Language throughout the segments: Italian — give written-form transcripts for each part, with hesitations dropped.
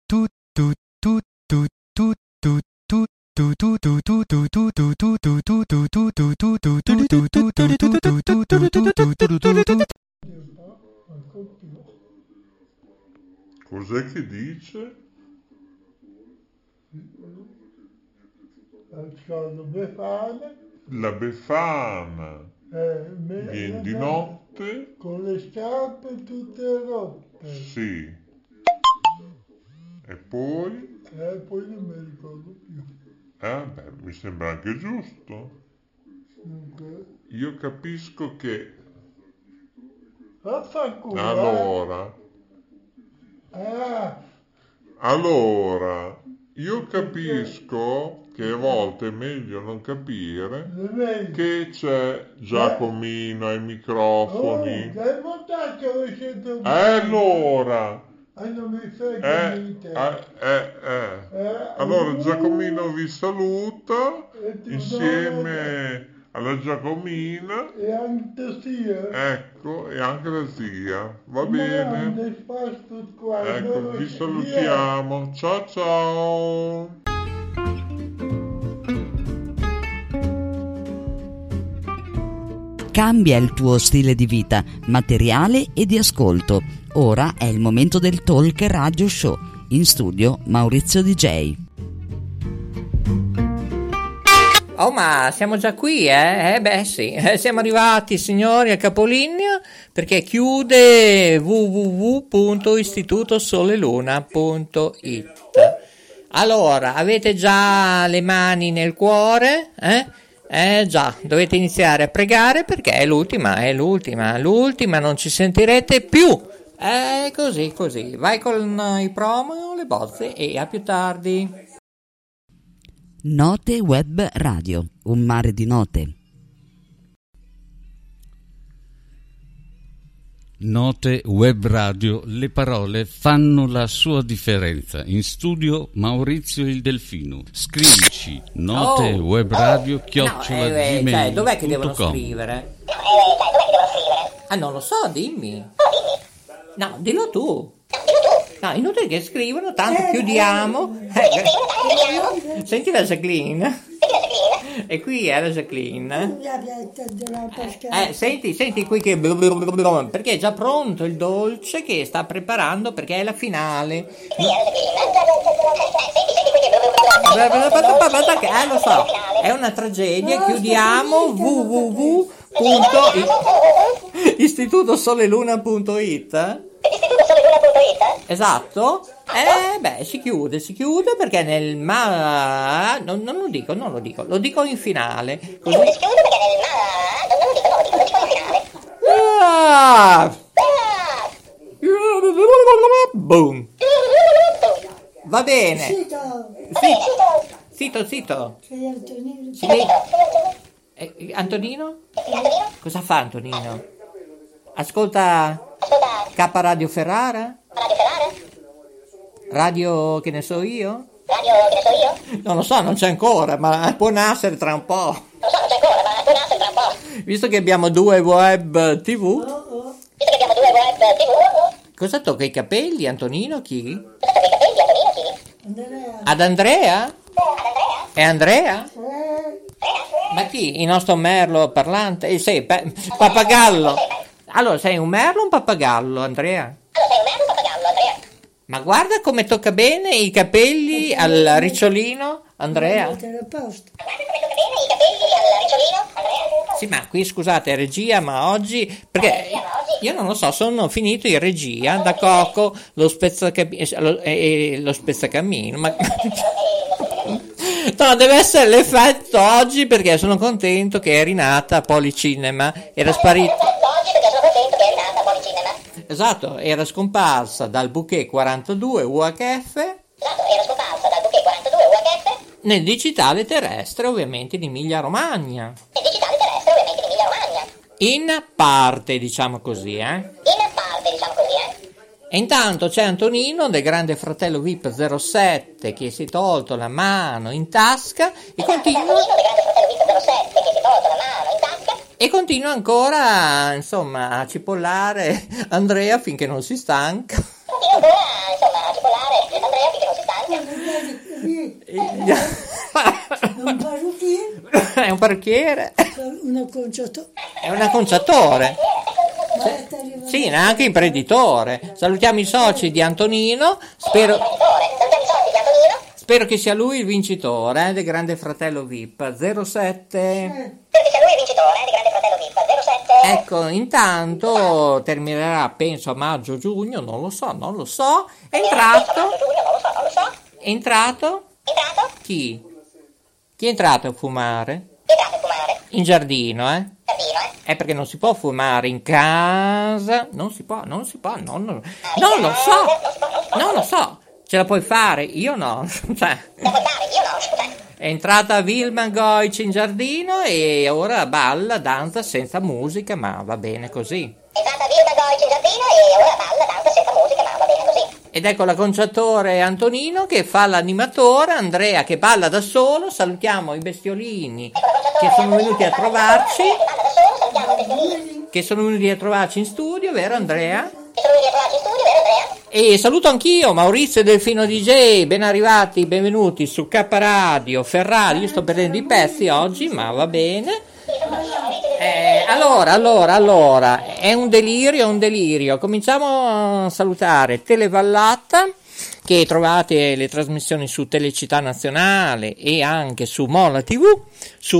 Cos'è che dice? La Befana viene di notte con le scarpe tutte rotte. Sì. E poi? Poi non mi ricordo più. Mi sembra anche giusto. Io capisco che allora io capisco che a volte è meglio non capire che c'è Giacomino ai microfoni. Allora non mi frega niente. Allora Giacomino vi saluta insieme alla Giacomina e anche la zia. Ecco, e anche la zia. Va bene. Qua, ecco, vi salutiamo. Ciao ciao. Cambia il tuo stile di vita, materiale e di ascolto. Ora è il momento del Talk Radio Show. In studio Maurizio DJ. Oh, ma siamo già qui, eh? Beh sì, siamo arrivati signori al capolinea perché chiude www.istitutosoleluna.it. Allora, avete già le mani nel cuore? Già, dovete iniziare a pregare perché è l'ultima, non ci sentirete più. Così, vai con i promo, le bozze e a più tardi. Note Web Radio, un mare di note. Note Web Radio, le parole fanno la sua differenza. In studio Maurizio il Delfino. Scrivici notewebradio@gmail.com. Dov'è che devono scrivere? Non lo so, dimmi. No, dillo tu. No, inutile che scrivono, tanto chiudiamo. Senti la Jacqueline. E qui è la Jacqueline. Senti qui che perché è già pronto il dolce che sta preparando perché è la finale. Lo so, è una tragedia. Chiudiamo www.istitutosoleluna.it. Esatto. Si chiude perché non lo dico, lo dico in finale. Così. Si chiude perché lo dico in finale. Boom. Va bene. Zitto. Antonino? Cosa fa Antonino? Ascolta K Radio Ferrara? Radio che ne so io? Non lo so, non c'è ancora, ma può nascere tra un po'. Visto che abbiamo due web TV. Cosa tocca i capelli, Antonino? Chi? Ad Andrea? È Andrea? Ma chi? Il nostro merlo parlante? Sei pappagallo. Allora, sei un merlo o un pappagallo, Andrea? Ma guarda come tocca bene i capelli al ricciolino, Andrea. Sì, ma qui scusate, regia, ma oggi perché io non lo so, sono finito in regia da Coco, lo spezzacamino, ma no, deve essere l'effetto oggi perché sono contento che è rinata a Policinema, era sparita. Esatto, era scomparsa dal bouquet 42 UHF. Nel digitale terrestre, ovviamente, di Emilia Romagna. In parte, diciamo così, E intanto c'è Antonino del Grande Fratello VIP 07 che si è tolto la mano in tasca e continua ancora, insomma, a cipollare Andrea finché non si stanca. Un parrucchiere, È un parrucchiere. un acconciatore. È un acconciatore. Sì, neanche imprenditore. Salutiamo i soci di Antonino. Spero che sia lui il vincitore del Grande Fratello VIP 07. Ecco, intanto terminerà, penso, a maggio-giugno, non lo so. È entrato? Chi? Chi è entrato a fumare? In giardino, eh? Perché non si può fumare in casa. Non lo so. Ce la puoi fare? Io no. Cioè, è entrata Vilma Goic in giardino e ora balla, danza senza musica, ma va bene così. Ed ecco l'acconciatore Antonino che fa l'animatore, Andrea che balla da solo. Salutiamo i bestiolini che sono venuti a trovarci. In studio, vero Andrea? E saluto anch'io Maurizio Delfino DJ, ben arrivati, benvenuti su K Radio Ferrari. Io sto perdendo i pezzi oggi, ma va bene. Allora, è un delirio. Cominciamo a salutare Televallata, che trovate le trasmissioni su Telecittà Nazionale e anche su Mola TV, su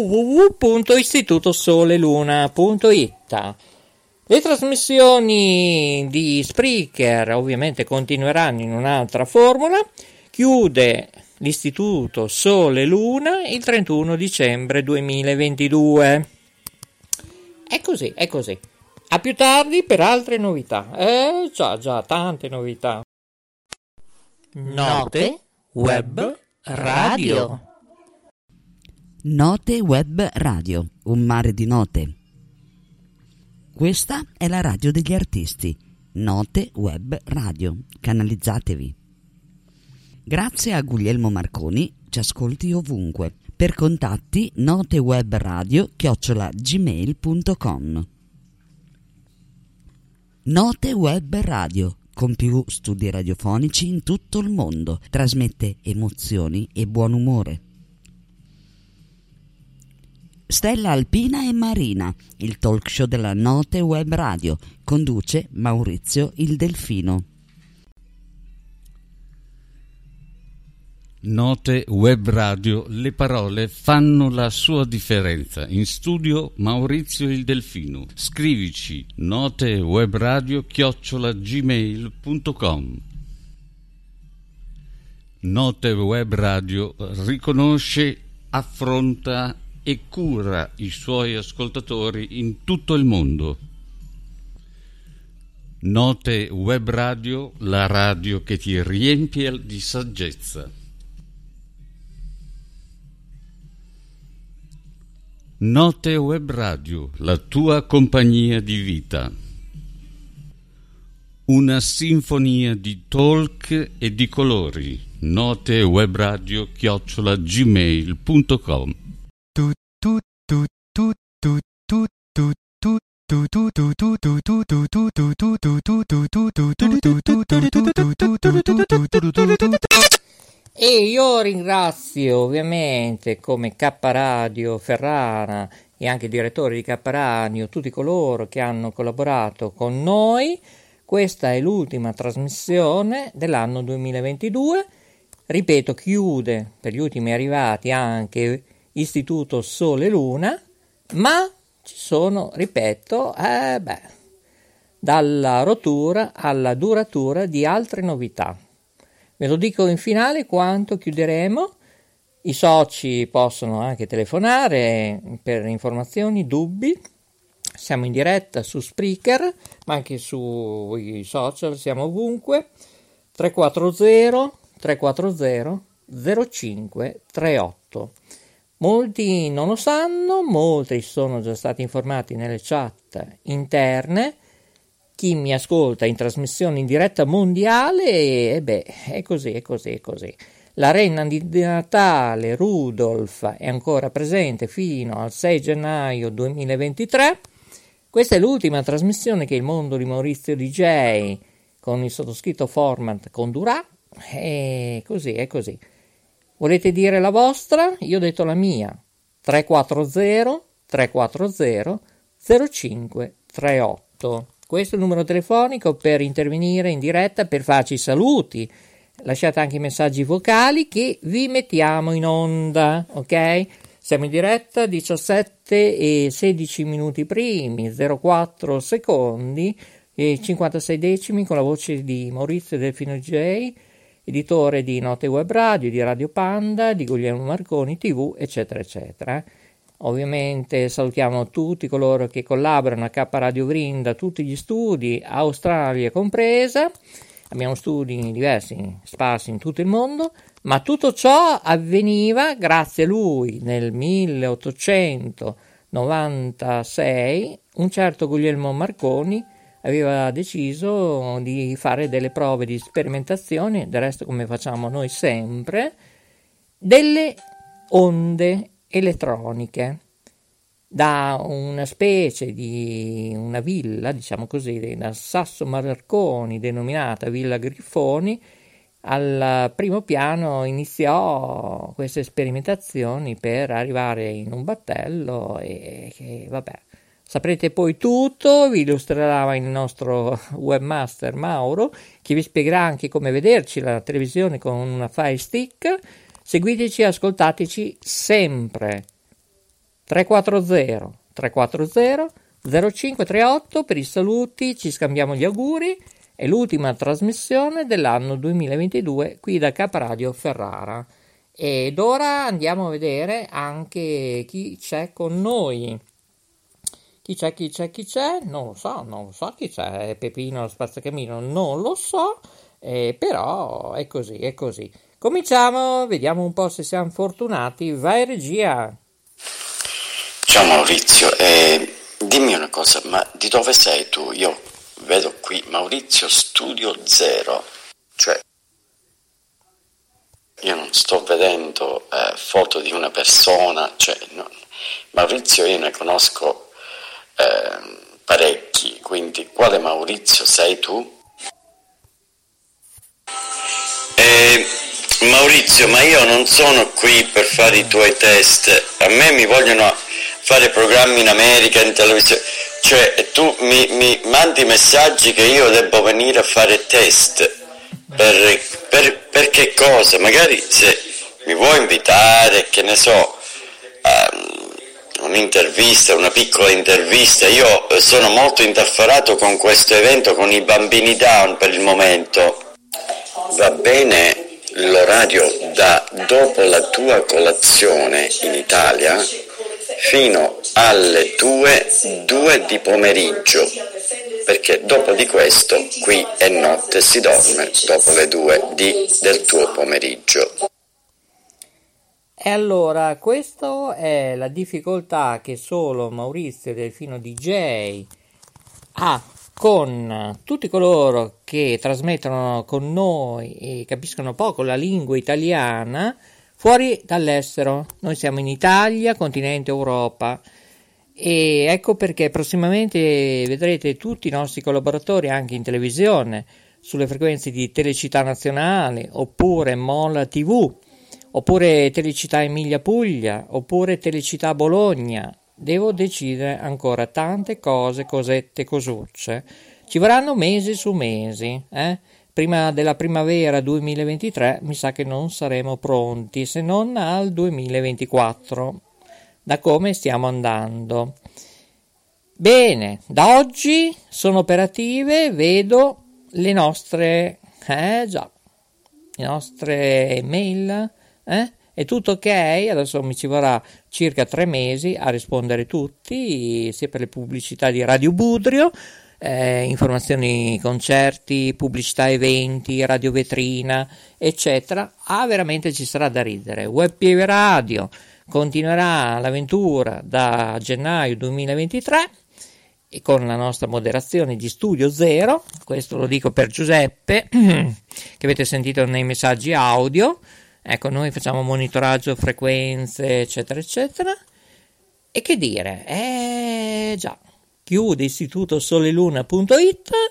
www.istitutosoleluna.it. Le trasmissioni di Spreaker ovviamente continueranno in un'altra formula. Chiude l'Istituto Sole Luna il 31 dicembre 2022. È così. A più tardi per altre novità. Già, tante novità. Note Web Radio. Note Web Radio, un mare di note. Questa è la radio degli artisti, Note Web Radio, canalizzatevi. Grazie a Guglielmo Marconi, ci ascolti ovunque. Per contatti notewebradio@gmail.com. Note Web Radio, con più studi radiofonici in tutto il mondo, trasmette emozioni e buon umore. Stella Alpina e Marina, il talk show della Note Web Radio, conduce Maurizio il Delfino. Note Web Radio, le parole fanno la sua differenza. In studio Maurizio il Delfino. Scrivici notewebradio@gmail.com. Note Web Radio riconosce, affronta e cura i suoi ascoltatori in tutto il mondo. Note Web Radio, la radio che ti riempie di saggezza. Note Web Radio, la tua compagnia di vita. Una sinfonia di talk e di colori. notewebradio@gmail.com. E io ringrazio ovviamente come K Radio Ferrara e anche il direttore di K Radio, tutti coloro che hanno collaborato con noi. Questa è l'ultima trasmissione dell'anno 2022. Ripeto, chiude per gli ultimi arrivati anche Istituto Sole Luna, ma ci sono, ripeto, dalla rottura alla duratura di altre novità. Ve lo dico in finale quanto chiuderemo. I soci possono anche telefonare per informazioni, dubbi. Siamo in diretta su Spreaker, ma anche sui social, siamo ovunque. 340 0538. Molti non lo sanno, molti sono già stati informati nelle chat interne. Chi mi ascolta in trasmissione in diretta mondiale, è così. La renna di Natale Rudolph è ancora presente fino al 6 gennaio 2023. Questa è l'ultima trasmissione che il mondo di Maurizio DJ con il sottoscritto format con Durà, e così è così. Volete dire la vostra? Io ho detto la mia. 340 340 0538. Questo è il numero telefonico per intervenire in diretta, per farci i saluti. Lasciate anche i messaggi vocali che vi mettiamo in onda, ok? Siamo in diretta 17 e 16 minuti primi, 04 secondi e 56 decimi con la voce di Maurizio Delfino J, editore di Note Web Radio, di Radio Panda, di Guglielmo Marconi TV, eccetera, eccetera. Ovviamente salutiamo tutti coloro che collaborano a K Radio Vrinda, tutti gli studi, Australia compresa. Abbiamo studi diversi, sparsi in tutto il mondo, ma tutto ciò avveniva grazie a lui. Nel 1896 un certo Guglielmo Marconi aveva deciso di fare delle prove di sperimentazione, del resto come facciamo noi sempre, delle onde elettroniche da una specie di una villa, diciamo così, da Sasso Marconi, denominata Villa Griffoni. Al primo piano iniziò queste sperimentazioni per arrivare in un battello e vabbè, saprete poi tutto, vi illustrerà il nostro webmaster Mauro, che vi spiegherà anche come vederci la televisione con una Fire Stick. Seguiteci e ascoltateci sempre. 340 340 0538 per i saluti, ci scambiamo gli auguri. È l'ultima trasmissione dell'anno 2022 qui da K Radio Ferrara. Ed ora andiamo a vedere anche chi c'è con noi. Chi c'è? Non lo so chi c'è. Peppino Spazzacamino, non lo so, però è così. Cominciamo, vediamo un po' se siamo fortunati. Vai regia. Ciao Maurizio, dimmi una cosa, ma di dove sei tu? Io vedo qui Maurizio Studio Zero, cioè io non sto vedendo foto di una persona, cioè no. Maurizio io ne conosco parecchi, quindi quale Maurizio sei tu? Maurizio, ma io non sono qui per fare i tuoi test, a me mi vogliono fare programmi in America, in televisione, cioè tu mi mandi messaggi che io devo venire a fare test, per che cosa? Magari se mi vuoi invitare, che ne so, un'intervista, una piccola intervista, io sono molto indaffarato con questo evento, con i bambini down per il momento. Va bene l'orario da dopo la tua colazione in Italia fino alle 2 di pomeriggio, perché dopo di questo qui è notte, si dorme dopo le 2 del tuo pomeriggio. E allora, questa è la difficoltà che solo Maurizio Delfino DJ ha con tutti coloro che trasmettono con noi e capiscono poco la lingua italiana fuori dall'estero. Noi siamo in Italia, continente Europa, e ecco perché prossimamente vedrete tutti i nostri collaboratori anche in televisione, sulle frequenze di Telecittà Nazionale, oppure Mola TV, oppure Telecittà Emilia Puglia, oppure Telecittà Bologna. Devo decidere ancora tante cosette, cosucce. Ci vorranno mesi su mesi, Prima della primavera 2023 mi sa che non saremo pronti, se non al 2024, da come stiamo andando. Bene, da oggi sono operative, vedo le nostre, le nostre mail, È tutto ok, adesso mi ci vorrà circa 3 mesi a rispondere tutti, sia per le pubblicità di Radio Budrio, informazioni, concerti, pubblicità, eventi, radio vetrina, eccetera. Veramente ci sarà da ridere. Web Radio continuerà l'avventura da gennaio 2023 e con la nostra moderazione di Studio Zero, questo lo dico per Giuseppe, che avete sentito nei messaggi audio. Ecco, noi facciamo monitoraggio, frequenze, eccetera, eccetera. E che dire? Già, chiude istitutosoleluna.it,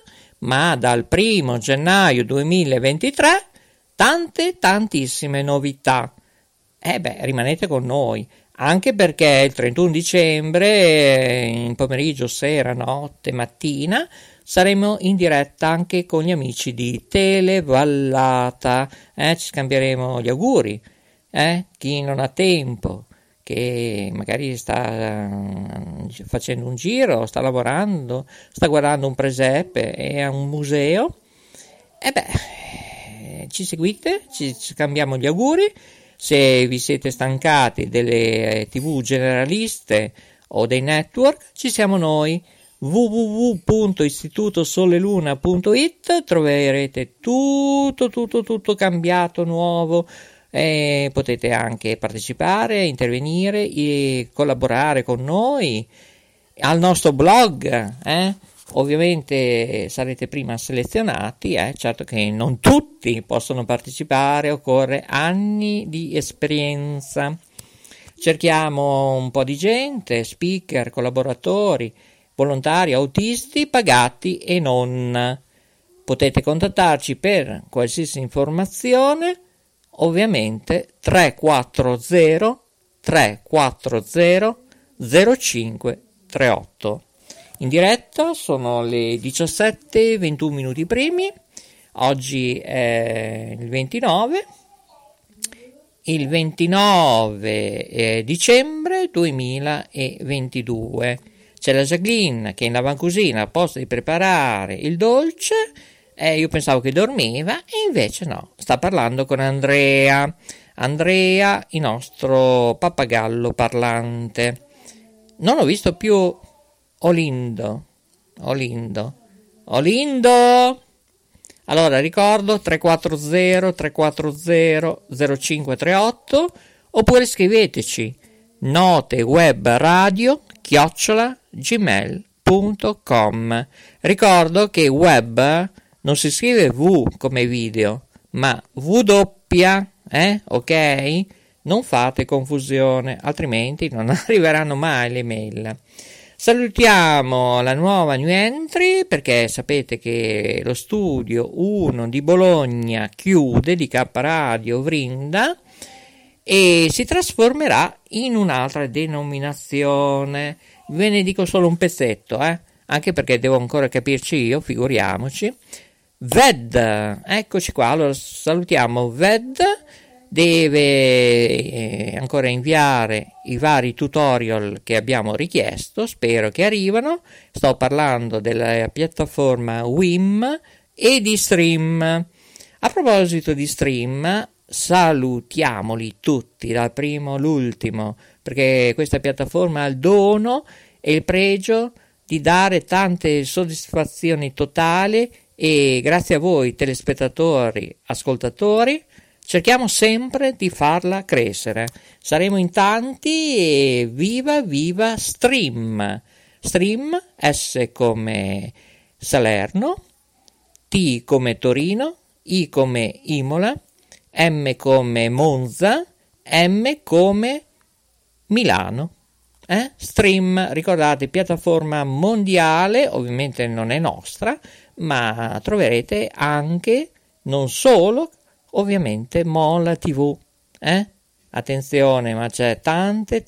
ma dal 1 gennaio 2023 tantissime novità. Rimanete con noi, anche perché il 31 dicembre, in pomeriggio, sera, notte, mattina, saremo in diretta anche con gli amici di Televallata. Ci scambieremo gli auguri. Chi non ha tempo, che magari sta facendo un giro, sta lavorando, sta guardando un presepe e a un museo, ci seguite, ci scambiamo gli auguri. Se vi siete stancati delle TV generaliste o dei network, ci siamo noi. www.istitutosoleluna.it, troverete tutto cambiato, nuovo. Potete anche partecipare, intervenire e collaborare con noi al nostro blog. Ovviamente sarete prima selezionati, certo che non tutti possono partecipare, occorre anni di esperienza. Cerchiamo un po' di gente, speaker, collaboratori, volontari, autisti, pagati e non. Potete contattarci per qualsiasi informazione, ovviamente 340 0538. In diretta sono le 17:21 minuti primi. Oggi è il 29 dicembre 2022. C'è la Jacqueline che è in lavandina a posto di preparare il dolce. Io pensavo che dormiva e invece no, sta parlando con Andrea, il nostro pappagallo parlante. Non ho visto più Olindo. Allora ricordo 340 0538, oppure scriveteci notewebradio@gmail.com. Ricordo che web non si scrive V come video, ma W, ok? Non fate confusione, altrimenti non arriveranno mai le mail. Salutiamo la nuova new entry, perché sapete che lo studio 1 di Bologna chiude, di K Radio Vrinda, e si trasformerà in un'altra denominazione. Ve ne dico solo un pezzetto, anche perché devo ancora capirci io, figuriamoci. VED, eccoci qua. Allora salutiamo VED. Deve ancora inviare i vari tutorial che abbiamo richiesto, spero che arrivano. Sto parlando della piattaforma Wim e di Stream. A proposito di Stream, salutiamoli tutti, dal primo all'ultimo, perché questa piattaforma ha il dono e il pregio di dare tante soddisfazioni totali, e grazie a voi telespettatori, ascoltatori, cerchiamo sempre di farla crescere. Saremo in tanti e viva Stream. Stream, S come Salerno, T come Torino, I come Imola, M come Monza, M come Milano. Stream, ricordate, piattaforma mondiale, ovviamente non è nostra, ma troverete anche, non solo, ovviamente Mola TV. Attenzione, ma c'è tante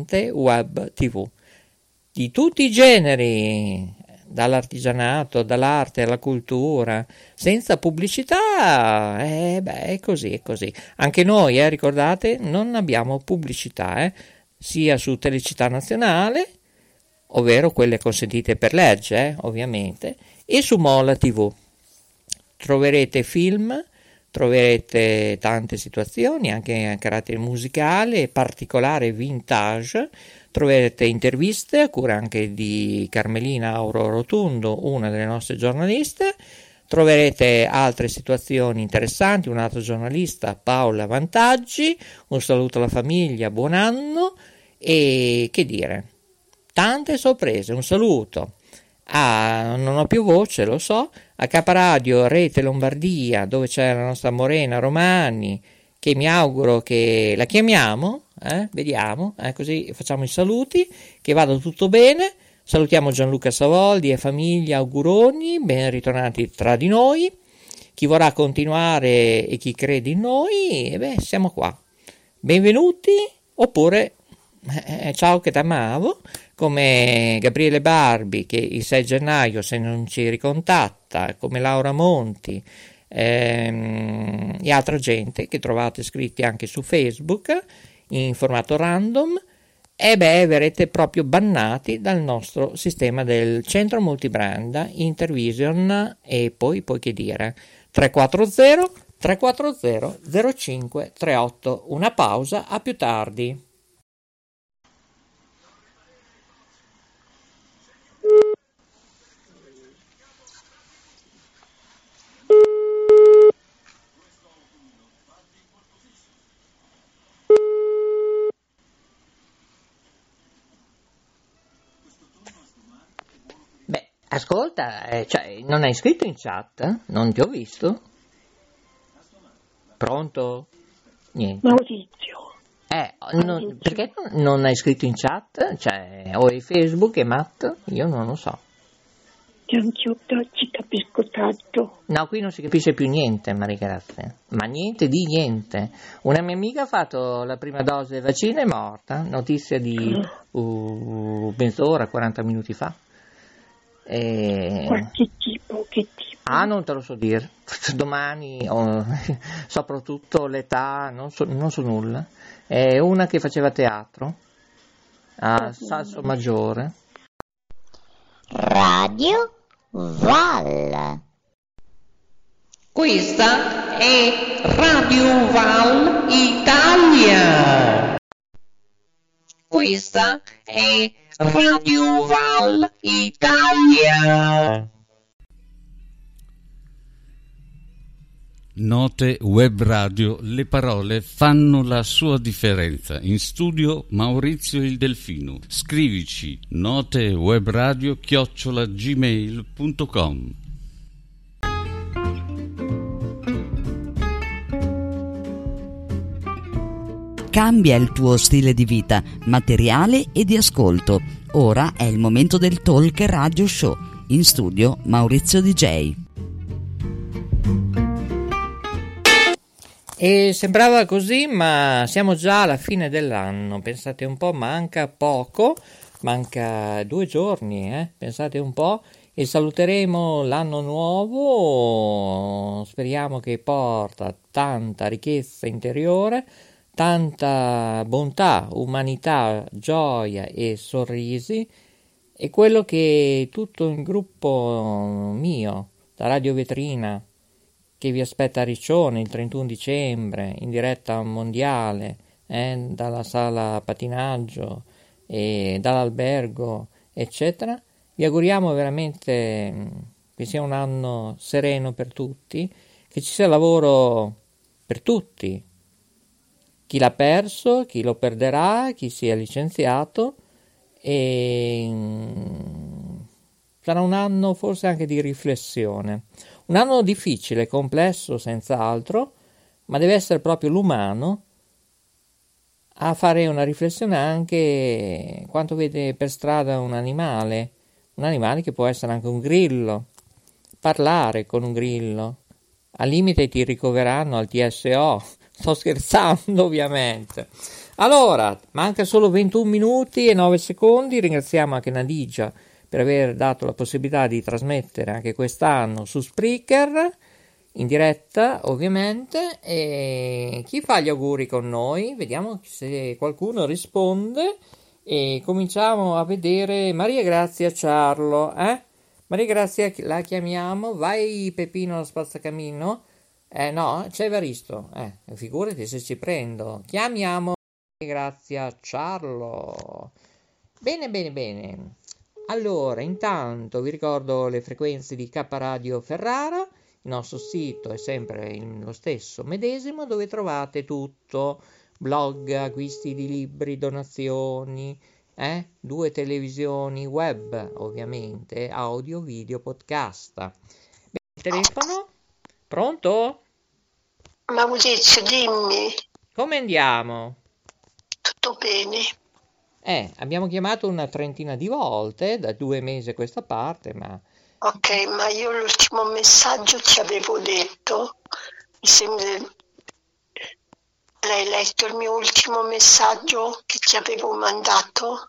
web TV di tutti i generi, dall'artigianato, dall'arte alla cultura, senza pubblicità. È così. Anche noi, ricordate, non abbiamo pubblicità, sia su Telecittà Nazionale, ovvero quelle consentite per legge, ovviamente, e su Mola TV. Troverete film, troverete tante situazioni, anche a carattere musicale, particolare, vintage. Troverete interviste a cura anche di Carmelina Auro Rotundo, una delle nostre giornaliste. Troverete altre situazioni interessanti, un altro giornalista, Paola Vantaggi. Un saluto alla famiglia, buon anno, e che dire, tante sorprese. Un saluto non ho più voce, lo so, a Caparadio Rete Lombardia, dove c'è la nostra Morena Romani, che mi auguro che la chiamiamo, vediamo, così facciamo i saluti, che vada tutto bene. Salutiamo Gianluca Savoldi e famiglia Auguroni, ben ritornati tra di noi. Chi vorrà continuare e chi crede in noi, siamo qua. Benvenuti, oppure ciao che t'amavo, come Gabriele Barbi che il 6 gennaio se non ci ricontatta, come Laura Monti e altra gente che trovate scritti anche su Facebook in formato random. Verrete proprio bannati dal nostro sistema del centro multibrand Intervision. E poi che dire, 340 05 38. Una pausa, a più tardi. Ascolta, non hai scritto in chat? Non ti ho visto? Pronto? Niente. Maurizio. Perché non hai scritto in chat? O è Facebook, è Matt? Io non lo so. Anch'io ci capisco tanto. No, qui non si capisce più niente, Maria Grazia. Ma niente di niente. Una mia amica ha fatto la prima dose del vaccino e è morta. Notizia di mezz'ora, 40 minuti fa. Qualche tipo, che tipo? Non te lo so dire. Domani, soprattutto l'età, non so nulla. È una che faceva teatro a Salso Maggiore. Radio Val. Questa è Radio Val Italia. Questa è Radio Val Italia. Note Web Radio, le parole fanno la sua differenza. In studio Maurizio il Delfino. Scrivici notewebradio@gmail.com. Cambia il tuo stile di vita, materiale e di ascolto. Ora è il momento del Talk Radio Show. In studio Maurizio DJ. E sembrava così, ma siamo già alla fine dell'anno. Pensate un po', manca poco, manca 2 giorni, pensate un po', e saluteremo l'anno nuovo. Speriamo che porta tanta ricchezza interiore, tanta bontà, umanità, gioia e sorrisi, e quello che tutto il gruppo mio, da Radio Vetrina, che vi aspetta a Riccione il 31 dicembre in diretta mondiale, dalla sala patinaggio e dall'albergo, eccetera. Vi auguriamo veramente che sia un anno sereno per tutti, che ci sia lavoro per tutti, chi l'ha perso, chi lo perderà, chi si è licenziato, e sarà un anno forse anche di riflessione. Un anno difficile, complesso senz'altro, ma deve essere proprio l'umano a fare una riflessione anche quando vede per strada un animale che può essere anche un grillo, parlare con un grillo, al limite ti ricoveranno al TSO, sto scherzando ovviamente. Allora, manca solo 21 minuti e 9 secondi, ringraziamo anche Nadigia per aver dato la possibilità di trasmettere anche quest'anno su Spreaker, in diretta ovviamente. E chi fa gli auguri con noi? Vediamo se qualcuno risponde, e cominciamo a vedere Maria Grazia Ciarlo. Maria Grazia la chiamiamo, vai Peppino Spazzacamino? No, c'è Evaristo, figurati se ci prendo. Chiamiamo Maria Grazia Ciarlo. Bene. Allora, intanto vi ricordo le frequenze di K Radio Ferrara. Il nostro sito è sempre lo stesso medesimo, dove trovate tutto: blog, acquisti di libri, donazioni, 2 televisioni web, ovviamente, audio, video, podcast. Il telefono? Pronto? Maurizio, dimmi. Come andiamo? Tutto bene. Abbiamo chiamato una trentina di volte da 2 mesi a questa parte, ma Ok, ma io l'ultimo messaggio ti avevo detto, mi sembra, l'hai letto il mio ultimo messaggio che ti avevo mandato?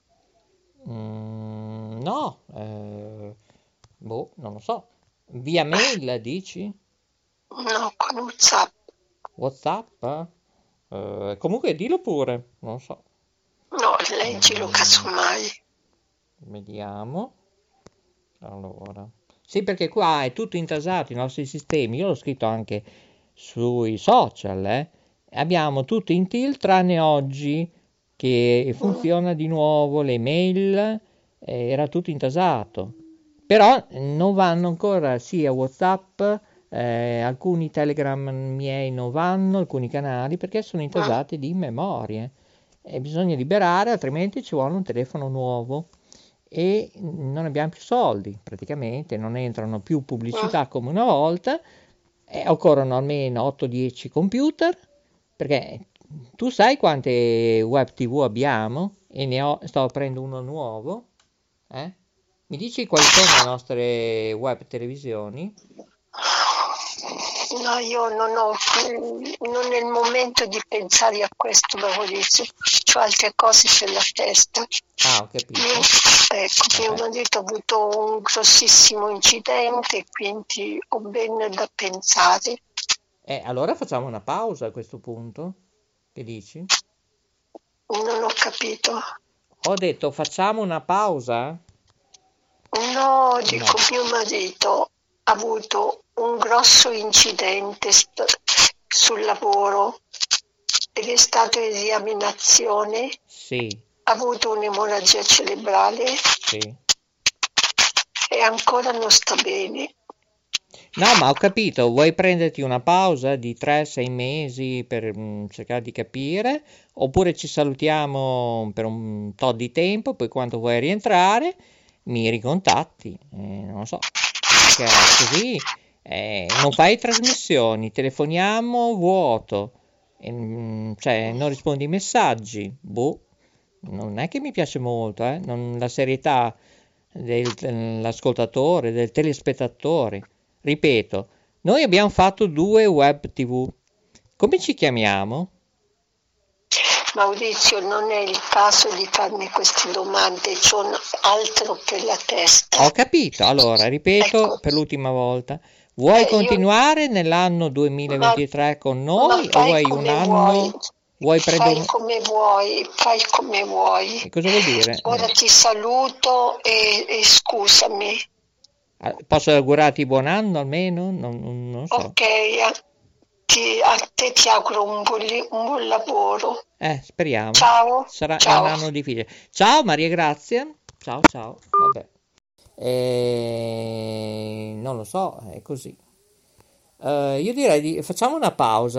no, non lo so. Via mail dici? No, con WhatsApp. WhatsApp? Comunque dillo pure, non lo so. No, leggilo casomai. Vediamo. Allora. Sì, perché qua è tutto intasato, i nostri sistemi. Io l'ho scritto anche sui social, Abbiamo tutto in tilt tranne oggi che funziona di nuovo, le mail, era tutto intasato. Però non vanno ancora sia WhatsApp, alcuni Telegram miei non vanno, alcuni canali, perché sono intasati di memorie. E bisogna liberare, altrimenti ci vuole un telefono nuovo. E non abbiamo più soldi, praticamente, non entrano più pubblicità come una volta, occorrono almeno 8-10 computer, perché tu sai quante web TV abbiamo? E sto aprendo uno nuovo, Mi dici quali sono le nostre web televisioni? No, io non è il momento di pensare a questo, Maurizio. C'ho altre cose sulla testa. Ah, ho capito. Mio marito ha avuto un grossissimo incidente, quindi ho ben da pensare. Allora facciamo una pausa a questo punto. Che dici? Non ho capito. Ho detto facciamo una pausa? No, dico, mio marito ha avuto un grosso incidente sul lavoro ed è stato in rianimazione. Sì. Ha avuto un'emorragia cerebrale. Sì. E ancora non sta bene. No, ma ho capito, vuoi prenderti una pausa di 3-6 mesi per cercare di capire, oppure ci salutiamo per un tot di tempo, poi quando vuoi rientrare mi ricontatti, non lo so, perché così non fai trasmissioni, telefoniamo vuoto, cioè non rispondi ai messaggi, non è che mi piace molto, la serietà dell'ascoltatore, del telespettatore. Ripeto, noi abbiamo fatto 2 web TV. Come ci chiamiamo? Maurizio, non è il caso di farmi queste domande, c'ho altro per la testa. Ho capito, allora ripeto per l'ultima volta. Vuoi continuare nell'anno 2023 con noi o vuoi un anno? Vuoi fai come vuoi. E cosa vuol dire? Ora ti saluto e scusami. Posso augurarti buon anno almeno? Non so. Ok, a te ti auguro un buon lavoro. Speriamo. Ciao. Sarà Ciao. un anno difficile. Ciao Maria Grazia. Ciao. Vabbè. Non lo so, è così. Io direi facciamo una pausa.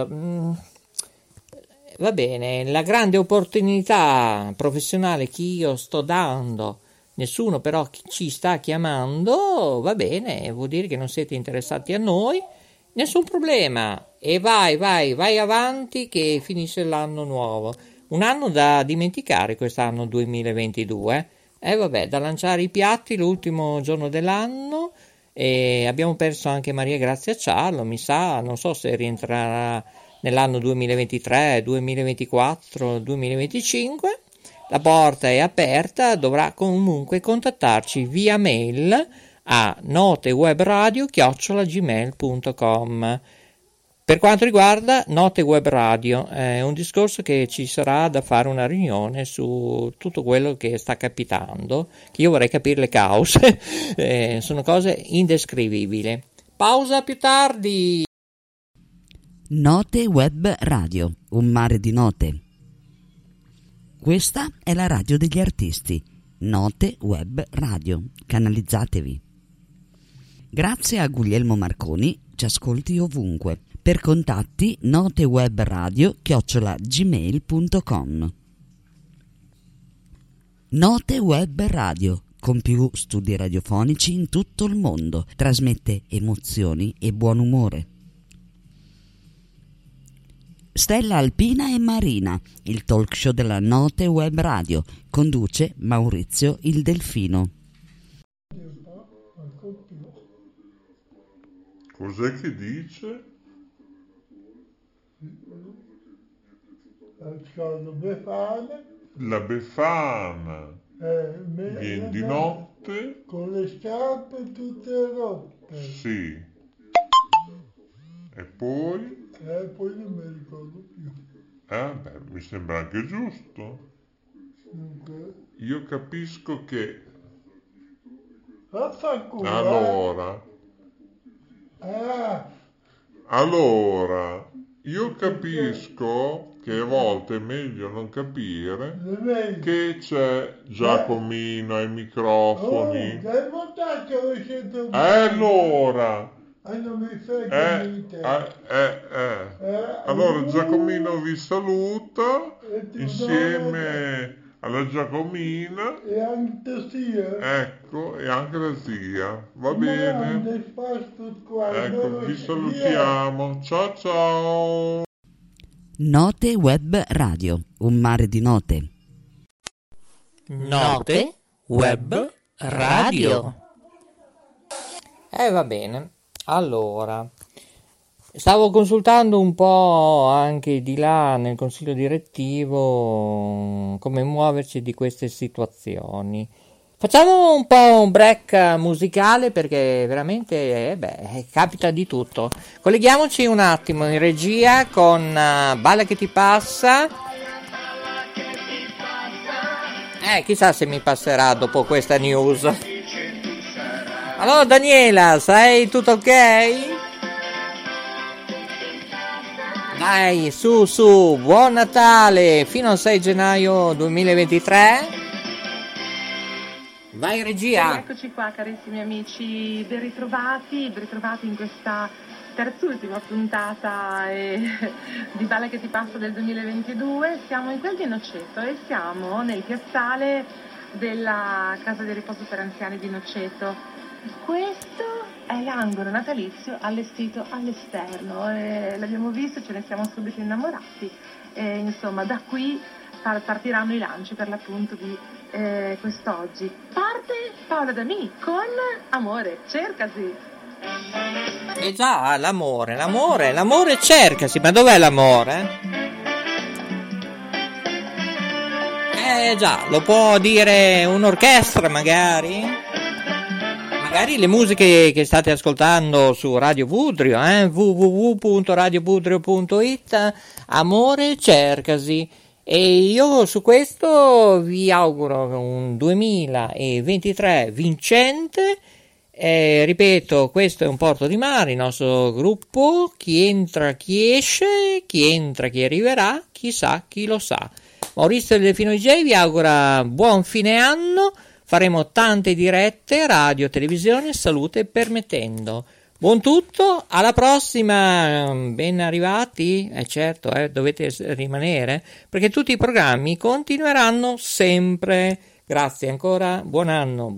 Va bene, la grande opportunità professionale che io sto dando, nessuno però ci sta chiamando, va bene, vuol dire che non siete interessati a noi, nessun problema, e vai avanti che finisce l'anno nuovo, un anno da dimenticare quest'anno 2022, vabbè, da lanciare i piatti l'ultimo giorno dell'anno, e abbiamo perso anche Maria Grazia Ciarlo, mi sa, non so se rientrerà nell'anno 2023, 2024, 2025, la porta è aperta, dovrà comunque contattarci via mail a notewebradio@gmail.com. Per quanto riguarda Note Web Radio, è un discorso che ci sarà da fare una riunione su tutto quello che sta capitando, che io vorrei capire le cause, sono cose indescrivibili. Pausa, più tardi! Note Web Radio, un mare di note. Questa è la radio degli artisti, Note Web Radio, canalizzatevi. Grazie a Guglielmo Marconi, ci ascolti ovunque. Per contatti notewebradio@gmail.com. Note Web Radio, con più studi radiofonici in tutto il mondo, trasmette emozioni e buon umore. Stella Alpina e Marina, il talk show della Note Web Radio. Conduce Maurizio il Delfino. Cos'è che dice? La Befana viene di notte con le scarpe tutte rotte. Sì. E poi? Poi non mi ricordo più. Mi sembra anche giusto. Io capisco che allora io capisco che a volte è meglio non capire che c'è Giacomino ai microfoni. Allora non mi frega niente. Allora Giacomino vi saluta insieme alla Giacomina e anche la zia. Ecco, e anche la zia. Va bene. Ecco, vi salutiamo. Ciao ciao. Note Web Radio, un mare di note. Note Web Radio. Va bene. Allora, stavo consultando un po' anche di là nel consiglio direttivo come muoverci di queste situazioni. Facciamo un po' un break musicale perché veramente capita di tutto. Colleghiamoci un attimo in regia con Balla che ti passa. Chissà se mi passerà dopo questa news. Allora Daniela, sei tutto ok? Dai, su, buon Natale fino al 6 gennaio 2023. Vai regia. Eccoci qua carissimi amici, ben ritrovati in questa terz'ultima puntata di Balla che ti passa del 2022. Siamo in quel di Noceto e siamo nel piazzale della casa di riposo per anziani di Noceto. Questo è l'angolo natalizio allestito all'esterno, l'abbiamo visto, ce ne siamo subito innamorati, insomma da qui partiranno i lanci per l'appunto di quest'oggi. Parte Paola D'Ami con Amore, cercasi. Già, l'amore cercasi, ma dov'è l'amore? Già, lo può dire un'orchestra magari? Magari le musiche che state ascoltando su Radio Budrio, www.radiobudrio.it, Amore cercasi. E io su questo vi auguro un 2023 vincente. Ripeto, questo è un porto di mare, il nostro gruppo, chi entra chi esce, chi entra chi arriverà, chissà chi lo sa. Maurizio del Delfino DJ vi augura buon fine anno. Faremo tante dirette, radio, televisione, salute permettendo. Buon tutto, alla prossima, ben arrivati, certo, dovete rimanere, perché tutti i programmi continueranno sempre. Grazie ancora, buon anno,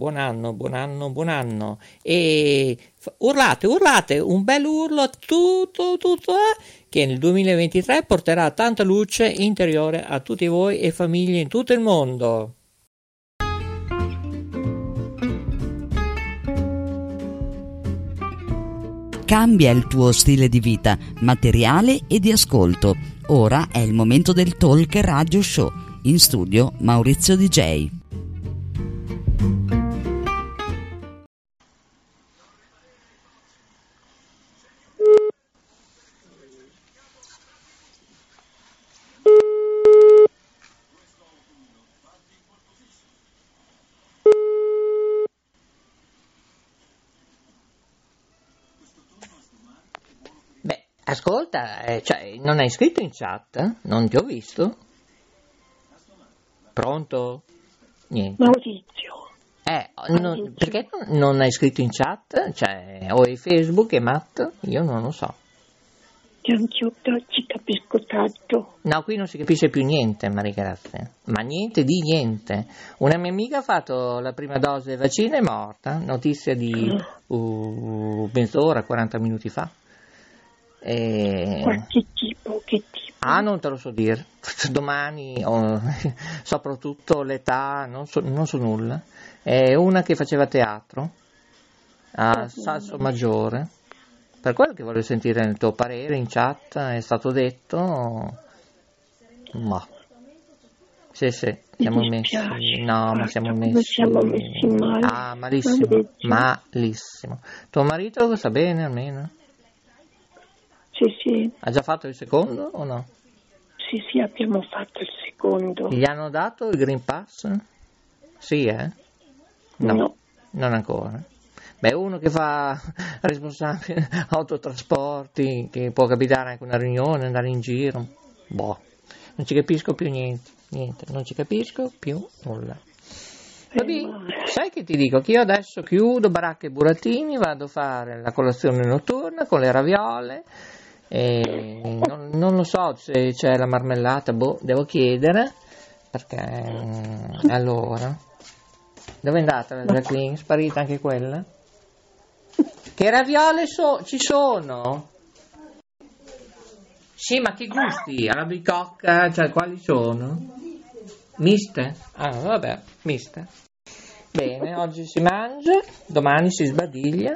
e urlate, un bel urlo a tutto, che nel 2023 porterà tanta luce interiore a tutti voi e famiglie in tutto il mondo. Cambia il tuo stile di vita, materiale e di ascolto. Ora è il momento del Talk Radio Show. In studio Maurizio DJ. Ascolta, non hai scritto in chat? Non ti ho visto? Pronto? Niente. Maurizio. Perché non hai scritto in chat? O è Facebook è Matt? Io non lo so. Anch'io ci capisco tanto. No, qui non si capisce più niente, Maria Grazia. Ma niente di niente. Una mia amica ha fatto la prima dose del vaccino e è morta. Notizia di mezz'ora, 40 minuti fa. Che tipo? Ah, non te lo so dire. Domani, soprattutto l'età, non so nulla. È una che faceva teatro a Salso Maggiore. Per quello che voglio sentire il tuo parere in chat, è stato detto. Ma sì, siamo messi. No, ma siamo messi. Siamo messi male. Ah, malissimo. Tuo marito sta bene almeno? Sì. Ha già fatto il secondo o no? Sì, abbiamo fatto il secondo. Gli hanno dato il Green Pass? Sì, No, non ancora. Beh, uno che fa responsabile autotrasporti, che può capitare anche una riunione, andare in giro. Boh, non ci capisco più niente, non ci capisco più nulla. Vabbè, sai che ti dico? Che io adesso chiudo baracca e burattini, vado a fare la colazione notturna con le raviole. E non lo so se c'è la marmellata, devo chiedere, perché allora dove è andata la Jacqueline? Sparita anche quella? Che raviole ci sono? Sì, ma che gusti? Alla bicocca, cioè quali sono? Miste? Ah, vabbè, miste. Bene, oggi si mangia, domani si sbadiglia.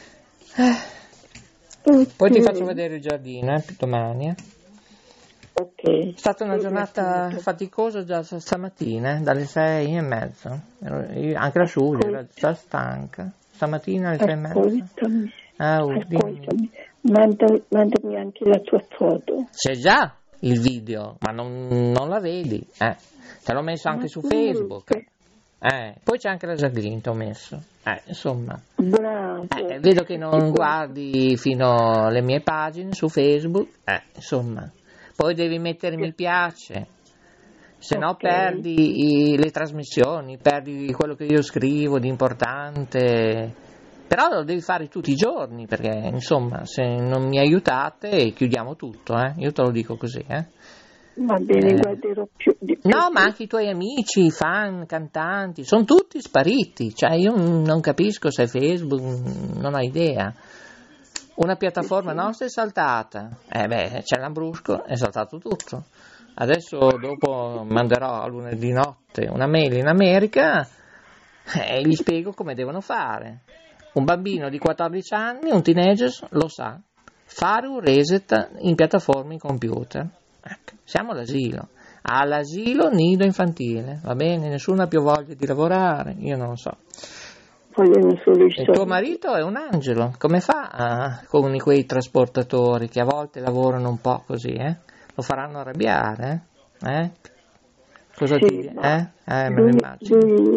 Poi ti faccio vedere il giardino, domani. Ok. È stata una giornata faticosa già stamattina, dalle 6:30. Anche la Giulia era già stanca. Stamattina alle 6:30. Ascoltami. Mandami anche la tua foto. C'è già il video, ma non la vedi. Te l'ho messo anche su Facebook. Poi c'è anche la Jacqueline, ti ho messo. Insomma. Bravo. Vedo che non guardi fino alle mie pagine su Facebook. Insomma. Poi devi mettere mi piace, se no perdi le trasmissioni, perdi quello che io scrivo di importante. Però lo devi fare tutti i giorni, perché insomma, se non mi aiutate chiudiamo tutto, io te lo dico così. Va bene, guarderò più. No, ma anche i tuoi amici, i fan, cantanti, sono tutti spariti. Cioè, io non capisco se Facebook, non ho idea. Una piattaforma nostra è saltata. C'è l'Ambrusco, è saltato tutto. Adesso dopo manderò a lunedì notte una mail in America e gli spiego come devono fare. Un bambino di 14 anni, un teenager, lo sa. Fare un reset in piattaforme in computer. Ecco, siamo all'asilo nido infantile, va bene? Nessuno ha più voglia di lavorare, io non lo so. Il tuo marito è un angelo, come fa con quei trasportatori che a volte lavorano un po' così, Lo faranno arrabbiare, Cosa sì, ti me lo immagino.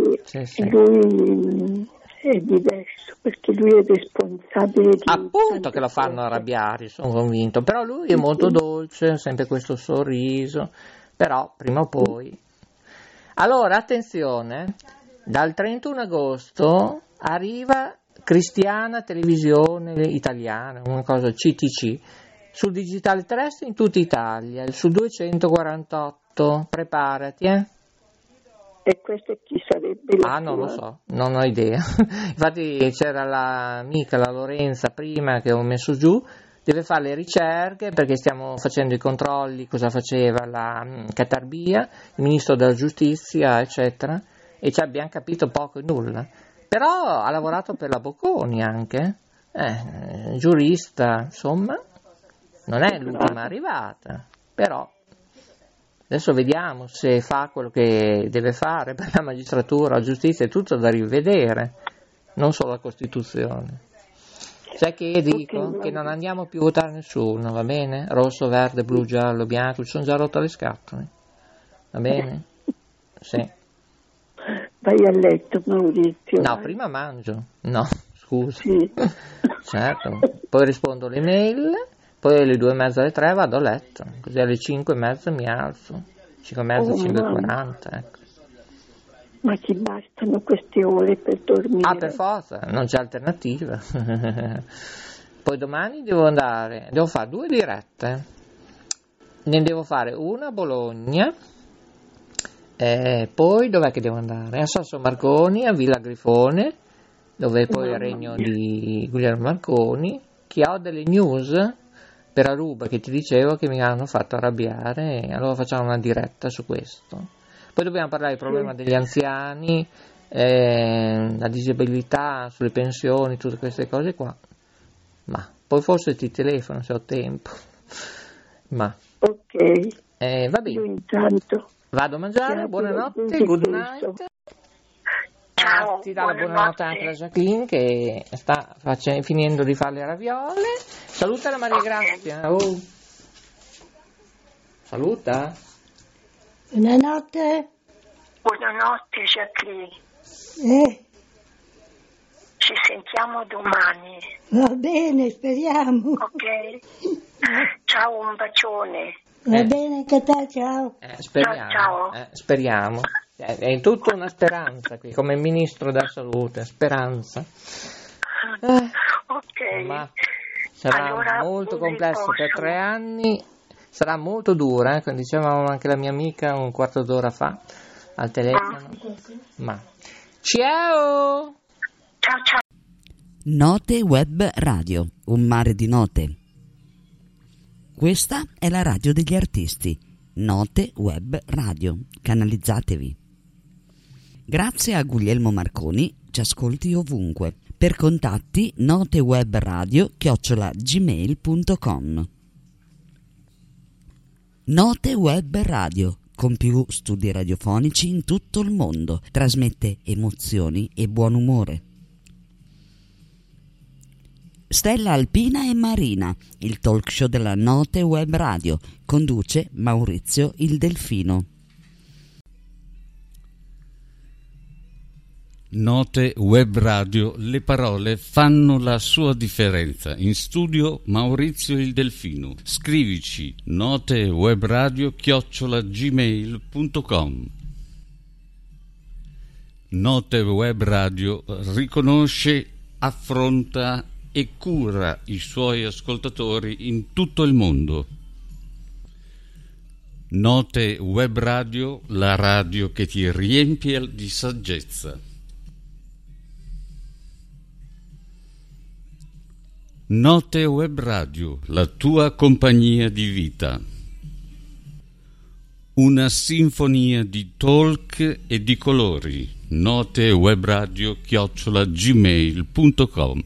Lui è diverso, perché lui è responsabile di... Appunto che lo fanno arrabbiare, sono convinto, però lui è molto dolce, sempre questo sorriso, però prima o poi... Allora, attenzione, dal 31 agosto arriva Cristiana Televisione Italiana, una cosa CTC, sul digitale terrestre in tutta Italia, su 248, preparati, E questo chi sarebbe? Non lo so, non ho idea. Infatti c'era l'amica, la Lorenza, prima che ho messo giù, deve fare le ricerche perché stiamo facendo i controlli, cosa faceva la Catarbia, il ministro della giustizia, eccetera, e ci abbiamo capito poco e nulla. Però ha lavorato per la Bocconi anche, giurista, insomma, non è l'ultima arrivata, però adesso vediamo se fa quello che deve fare per la magistratura, la giustizia, è tutto da rivedere, non solo la Costituzione. Sai che dico? Che non andiamo più a votare nessuno, va bene? Rosso, verde, blu, giallo, bianco, ci sono già rotto le scatole, va bene? Sì. Vai a letto, Maurizio. No, prima mangio. No, scusa. Sì. Certo. Poi rispondo alle mail, poi alle 2:30, alle 3 vado a letto. Così alle 5:30 mi alzo. 5:30, 5:40, ecco. Ma ti bastano queste ore per dormire? Per forza, non c'è alternativa. Poi domani devo fare 2 dirette. Ne devo fare una a Bologna. Poi dov'è che devo andare? A Sasso Marconi, a Villa Grifone, dove poi è il regno di Guglielmo Marconi, che ho delle news per Aruba, che ti dicevo che mi hanno fatto arrabbiare, e allora facciamo una diretta su questo. Poi dobbiamo parlare del problema degli anziani, la disabilità, sulle pensioni, tutte queste cose qua. Ma poi forse ti telefono se ho tempo. Ma Ok. va bene. Io intanto Vado a mangiare, buonanotte, good night. Ciao, Ti dà la buonanotte anche la Jacqueline che sta finendo di fare le raviole. Saluta la Maria Grazia. Oh. Saluta. Buonanotte. Buonanotte Jacqueline, ci sentiamo domani, Va bene, speriamo. ok? Ciao, un bacione. Va bene anche te, ciao. Speriamo. Ciao. Speriamo. È tutta una speranza qui, come ministro della salute, speranza. Ok. Ma sarà Allora, molto buon complesso per riposo. 3 anni, sarà molto dura, come diceva anche la mia amica un quarto d'ora fa al telefono. Ma ciao! Ciao ciao. Note Web Radio, un mare di note. Questa è la radio degli artisti. Note Web Radio, canalizzatevi. Grazie a Guglielmo Marconi, ci ascolti ovunque. Per contatti notewebradio@gmail.com. Note Web Radio, con più studi radiofonici in tutto il mondo, trasmette emozioni e buon umore. Stella Alpina e Marina, il talk show della Note Web Radio, conduce Maurizio il Delfino. Note Web Radio, le parole fanno la sua differenza. In studio Maurizio il Delfino. Scrivici notewebradio@gmail.com. Note Web Radio riconosce, affronta e cura i suoi ascoltatori in tutto il mondo. Note Web Radio, la radio che ti riempie di saggezza. Note Web Radio, la tua compagnia di vita. Una sinfonia di talk e di colori. notewebradio@gmail.com.